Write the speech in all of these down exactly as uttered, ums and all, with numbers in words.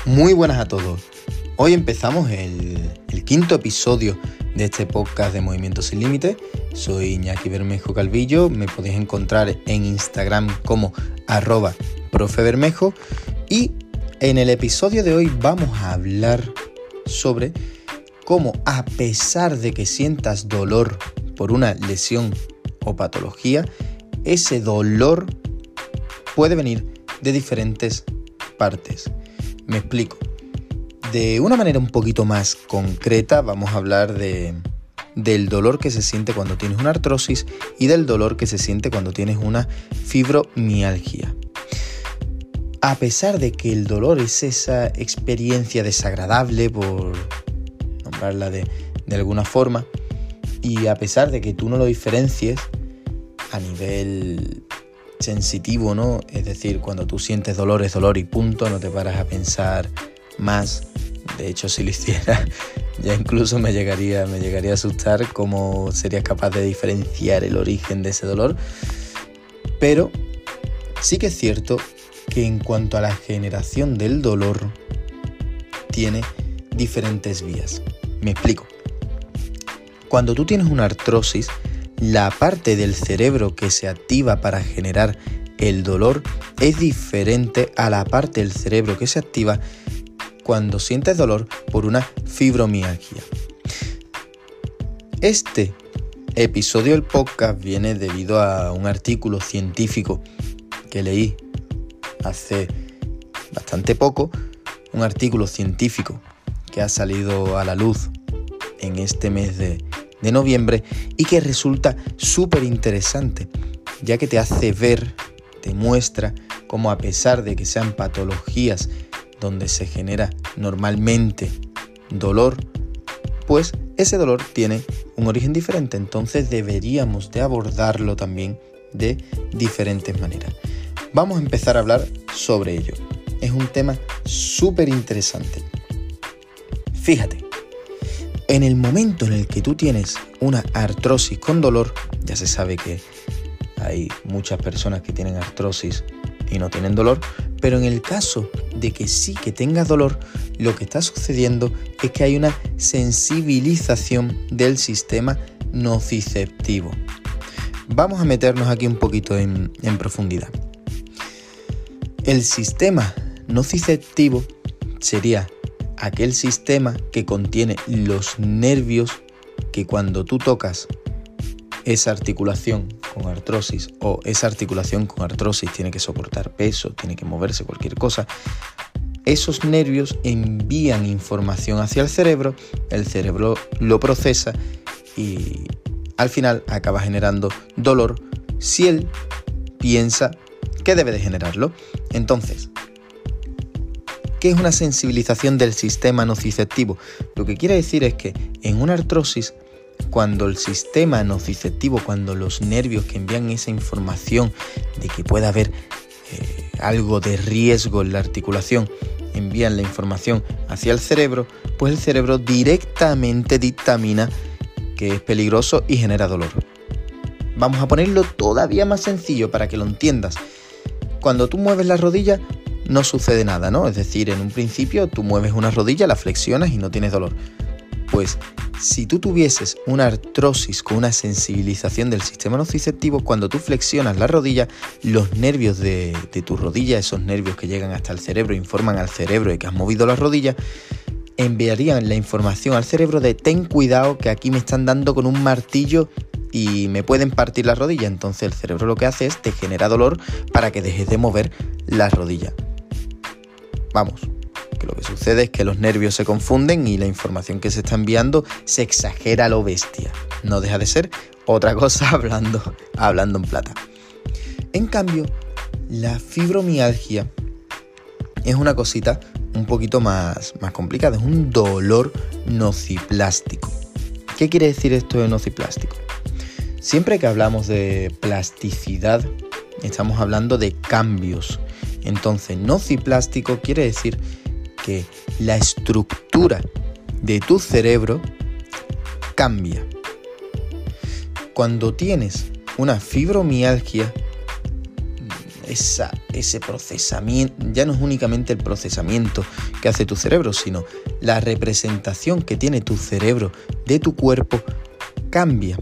Muy buenas a todos. Hoy empezamos el, el quinto episodio de este podcast de Movimiento Sin Límite. Soy Iñaki Bermejo Calvillo. Me podéis encontrar en Instagram como arroba profe Bermejo. Y en el episodio de hoy vamos a hablar sobre cómo, a pesar de que sientas dolor por una lesión o patología, ese dolor puede venir de diferentes partes. Me explico. De una manera un poquito más concreta vamos a hablar de, del dolor que se siente cuando tienes una artrosis y del dolor que se siente cuando tienes una fibromialgia. A pesar de que el dolor es esa experiencia desagradable, por nombrarla de, de alguna forma, y a pesar de que tú no lo diferencies a nivel sensitivo, ¿no? Es decir, cuando tú sientes dolor es dolor y punto, no te paras a pensar más. De hecho, si lo hiciera, ya incluso me llegaría, me llegaría a asustar cómo serías capaz de diferenciar el origen de ese dolor. Pero sí que es cierto que en cuanto a la generación del dolor, tiene diferentes vías. Me explico. Cuando tú tienes una artrosis, la parte del cerebro que se activa para generar el dolor es diferente a la parte del cerebro que se activa cuando sientes dolor por una fibromialgia. Este episodio del podcast viene debido a un artículo científico que leí hace bastante poco, un artículo científico que ha salido a la luz en este mes de de noviembre y que resulta súper interesante, ya que te hace ver, te muestra cómo, a pesar de que sean patologías donde se genera normalmente dolor, pues ese dolor tiene un origen diferente. Entonces deberíamos de abordarlo también de diferentes maneras. Vamos a empezar a hablar sobre ello. Es un tema súper interesante. Fíjate. En el momento en el que tú tienes una artrosis con dolor, ya se sabe que hay muchas personas que tienen artrosis y no tienen dolor, pero en el caso de que sí que tengas dolor, lo que está sucediendo es que hay una sensibilización del sistema nociceptivo. Vamos a meternos aquí un poquito en, en profundidad. El sistema nociceptivo sería aquel sistema que contiene los nervios que, cuando tú tocas esa articulación con artrosis o esa articulación con artrosis tiene que soportar peso, tiene que moverse cualquier cosa, esos nervios envían información hacia el cerebro, el cerebro lo procesa y al final acaba generando dolor si él piensa que debe de generarlo. Entonces, ¿qué es una sensibilización del sistema nociceptivo? Lo que quiere decir es que en una artrosis, cuando el sistema nociceptivo, cuando los nervios que envían esa información de que puede haber eh, algo de riesgo en la articulación, envían la información hacia el cerebro, pues el cerebro directamente dictamina que es peligroso y genera dolor. Vamos a ponerlo todavía más sencillo para que lo entiendas. Cuando tú mueves la rodilla, no sucede nada, ¿no? Es decir, en un principio tú mueves una rodilla, la flexionas y no tienes dolor. Pues si tú tuvieses una artrosis con una sensibilización del sistema nociceptivo, cuando tú flexionas la rodilla, los nervios de, de tu rodilla, esos nervios que llegan hasta el cerebro, informan al cerebro de que has movido la rodilla, enviarían la información al cerebro de ten cuidado que aquí me están dando con un martillo y me pueden partir la rodilla. Entonces el cerebro lo que hace es te genera dolor para que dejes de mover la rodilla. Vamos, que lo que sucede es que los nervios se confunden y la información que se está enviando se exagera a lo bestia. No deja de ser otra cosa hablando, hablando en plata. En cambio, la fibromialgia es una cosita un poquito más, más complicada. Es un dolor nociplástico. ¿Qué quiere decir esto de nociplástico? Siempre que hablamos de plasticidad, estamos hablando de cambios. Entonces, nociplástico quiere decir que la estructura de tu cerebro cambia. Cuando tienes una fibromialgia, esa, ese procesamiento, ya no es únicamente el procesamiento que hace tu cerebro, sino la representación que tiene tu cerebro de tu cuerpo cambia.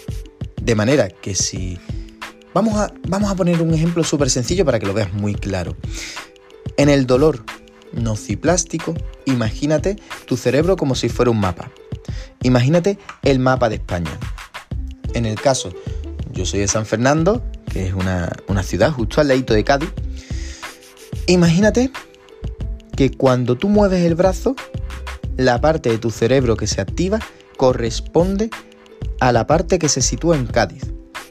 De manera que si... Vamos a, vamos a poner un ejemplo súper sencillo para que lo veas muy claro. En el dolor nociplástico, imagínate tu cerebro como si fuera un mapa. Imagínate el mapa de España. En el caso, yo soy de San Fernando, que es una, una ciudad justo al ladito de Cádiz. Imagínate que cuando tú mueves el brazo, la parte de tu cerebro que se activa corresponde a la parte que se sitúa en Cádiz.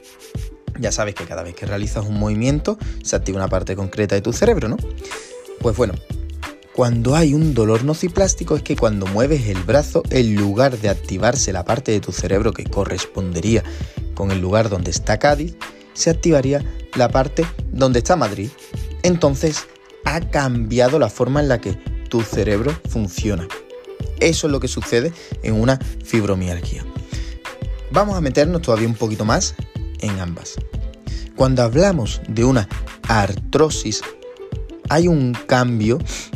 Ya sabes que cada vez que realizas un movimiento se activa una parte concreta de tu cerebro, ¿no? Pues bueno, cuando hay un dolor nociplástico es que cuando mueves el brazo, en lugar de activarse la parte de tu cerebro que correspondería con el lugar donde está Cádiz, se activaría la parte donde está Madrid. Entonces ha cambiado la forma en la que tu cerebro funciona. Eso es lo que sucede en una fibromialgia. Vamos a meternos todavía un poquito más en ambas. Cuando hablamos de una artrosis, hay un cambio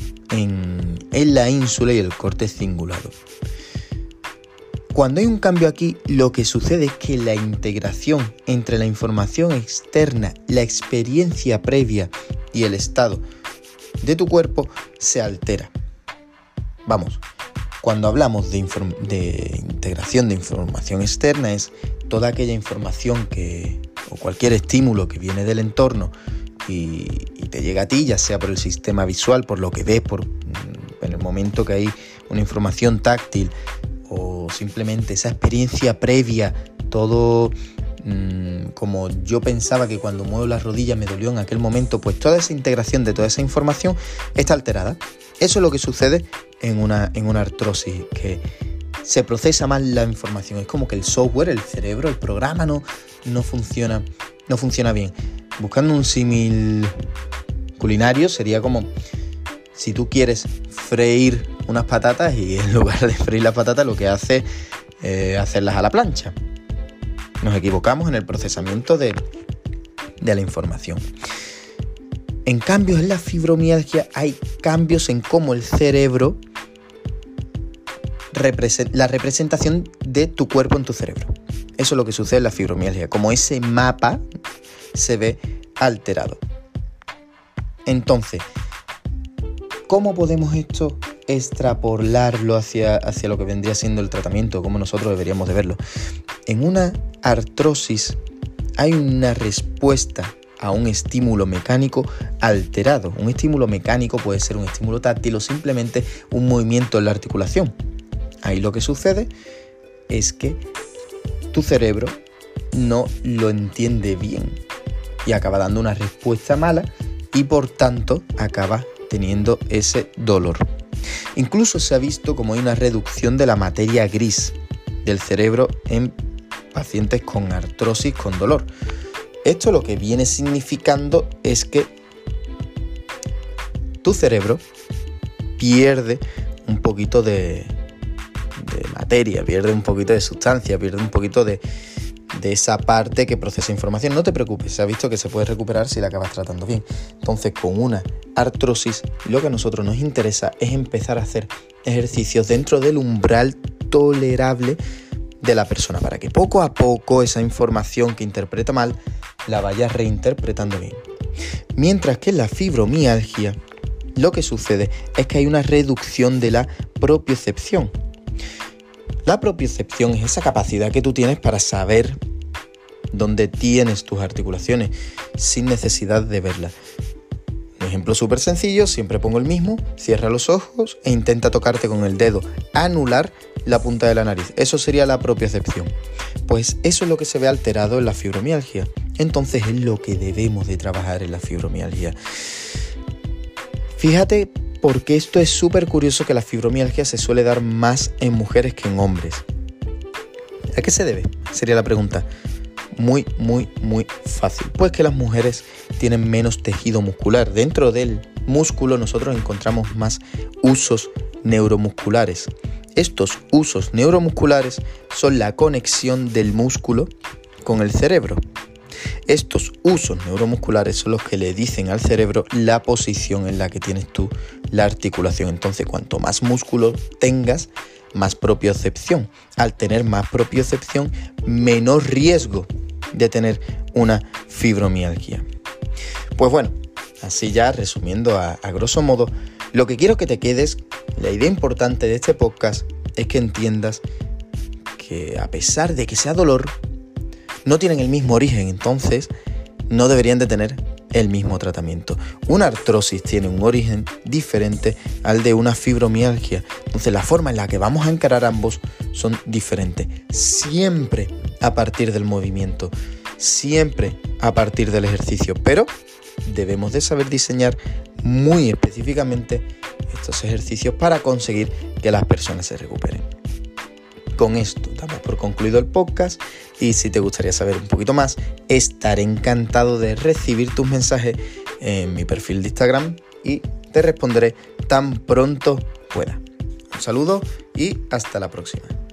en, en la ínsula y el corte cingulado. Cuando hay un cambio aquí, lo que sucede es que la integración entre la información externa, la experiencia previa y el estado de tu cuerpo se altera. Vamos, cuando hablamos de, inform- de integración de información externa es toda aquella información que, o cualquier estímulo que viene del entorno y, y te llega a ti, ya sea por el sistema visual, por lo que ves, por, en el momento que hay una información táctil o simplemente esa experiencia previa, todo mmm, como yo pensaba que cuando muevo las rodillas me dolió en aquel momento, pues toda esa integración de toda esa información está alterada. Eso es lo que sucede en una, en una artrosis, que se procesa mal la información. Es como que el software, el cerebro, el programa no, no funciona, no funciona bien. Buscando un símil culinario sería como si tú quieres freír unas patatas y en lugar de freír las patatas lo que hace es eh, hacerlas a la plancha. Nos equivocamos en el procesamiento de, de la información. En cambio, en la fibromialgia hay cambios en cómo el cerebro, represent- la representación de tu cuerpo en tu cerebro. Eso es lo que sucede en la fibromialgia, como ese mapa se ve alterado. Entonces, ¿cómo podemos esto extrapolarlo hacia, hacia lo que vendría siendo el tratamiento? ¿Cómo nosotros deberíamos de verlo? En una artrosis hay una respuesta a un estímulo mecánico alterado. Un estímulo mecánico puede ser un estímulo táctil o simplemente un movimiento en la articulación. Ahí lo que sucede es que tu cerebro no lo entiende bien y acaba dando una respuesta mala y por tanto acaba teniendo ese dolor. Incluso se ha visto como hay una reducción de la materia gris del cerebro en pacientes con artrosis con dolor. Esto lo que viene significando es que tu cerebro pierde un poquito de, de materia, pierde un poquito de sustancia, pierde un poquito de, de esa parte que procesa información. No te preocupes, se ha visto que se puede recuperar si la acabas tratando bien. Entonces, con una artrosis, lo que a nosotros nos interesa es empezar a hacer ejercicios dentro del umbral tolerable de la persona, para que poco a poco esa información que interpreta mal la vayas reinterpretando bien. Mientras que en la fibromialgia lo que sucede es que hay una reducción de la propiocepción. La propiocepción es esa capacidad que tú tienes para saber dónde tienes tus articulaciones sin necesidad de verlas. Un ejemplo súper sencillo, siempre pongo el mismo: cierra los ojos e intenta tocarte con el dedo anular la punta de la nariz. Eso sería la propiocepción. Pues eso es lo que se ve alterado en la fibromialgia. Entonces es lo que debemos de trabajar en la fibromialgia. Fíjate, porque esto es súper curioso, que la fibromialgia se suele dar más en mujeres que en hombres. ¿A qué se debe? Sería la pregunta. Muy, muy, muy fácil. Pues que las mujeres tienen menos tejido muscular. Dentro del músculo nosotros encontramos más usos neuromusculares. Estos usos neuromusculares son la conexión del músculo con el cerebro. Estos usos neuromusculares son los que le dicen al cerebro la posición en la que tienes tú la articulación. Entonces, cuanto más músculo tengas, más propiocepción. Al tener más propiocepción, menor riesgo de tener una fibromialgia. Pues bueno, así ya resumiendo a, a grosso modo, lo que quiero que te quedes, la idea importante de este podcast es que entiendas que a pesar de que sea dolor, no tienen el mismo origen, entonces no deberían de tener el mismo tratamiento. Una artrosis tiene un origen diferente al de una fibromialgia, entonces la forma en la que vamos a encarar ambos son diferentes. Siempre a partir del movimiento, siempre a partir del ejercicio, pero debemos de saber diseñar muy específicamente estos ejercicios para conseguir que las personas se recuperen. Con esto damos por concluido el podcast y si te gustaría saber un poquito más, estaré encantado de recibir tus mensajes en mi perfil de Instagram y te responderé tan pronto pueda. Un saludo y hasta la próxima.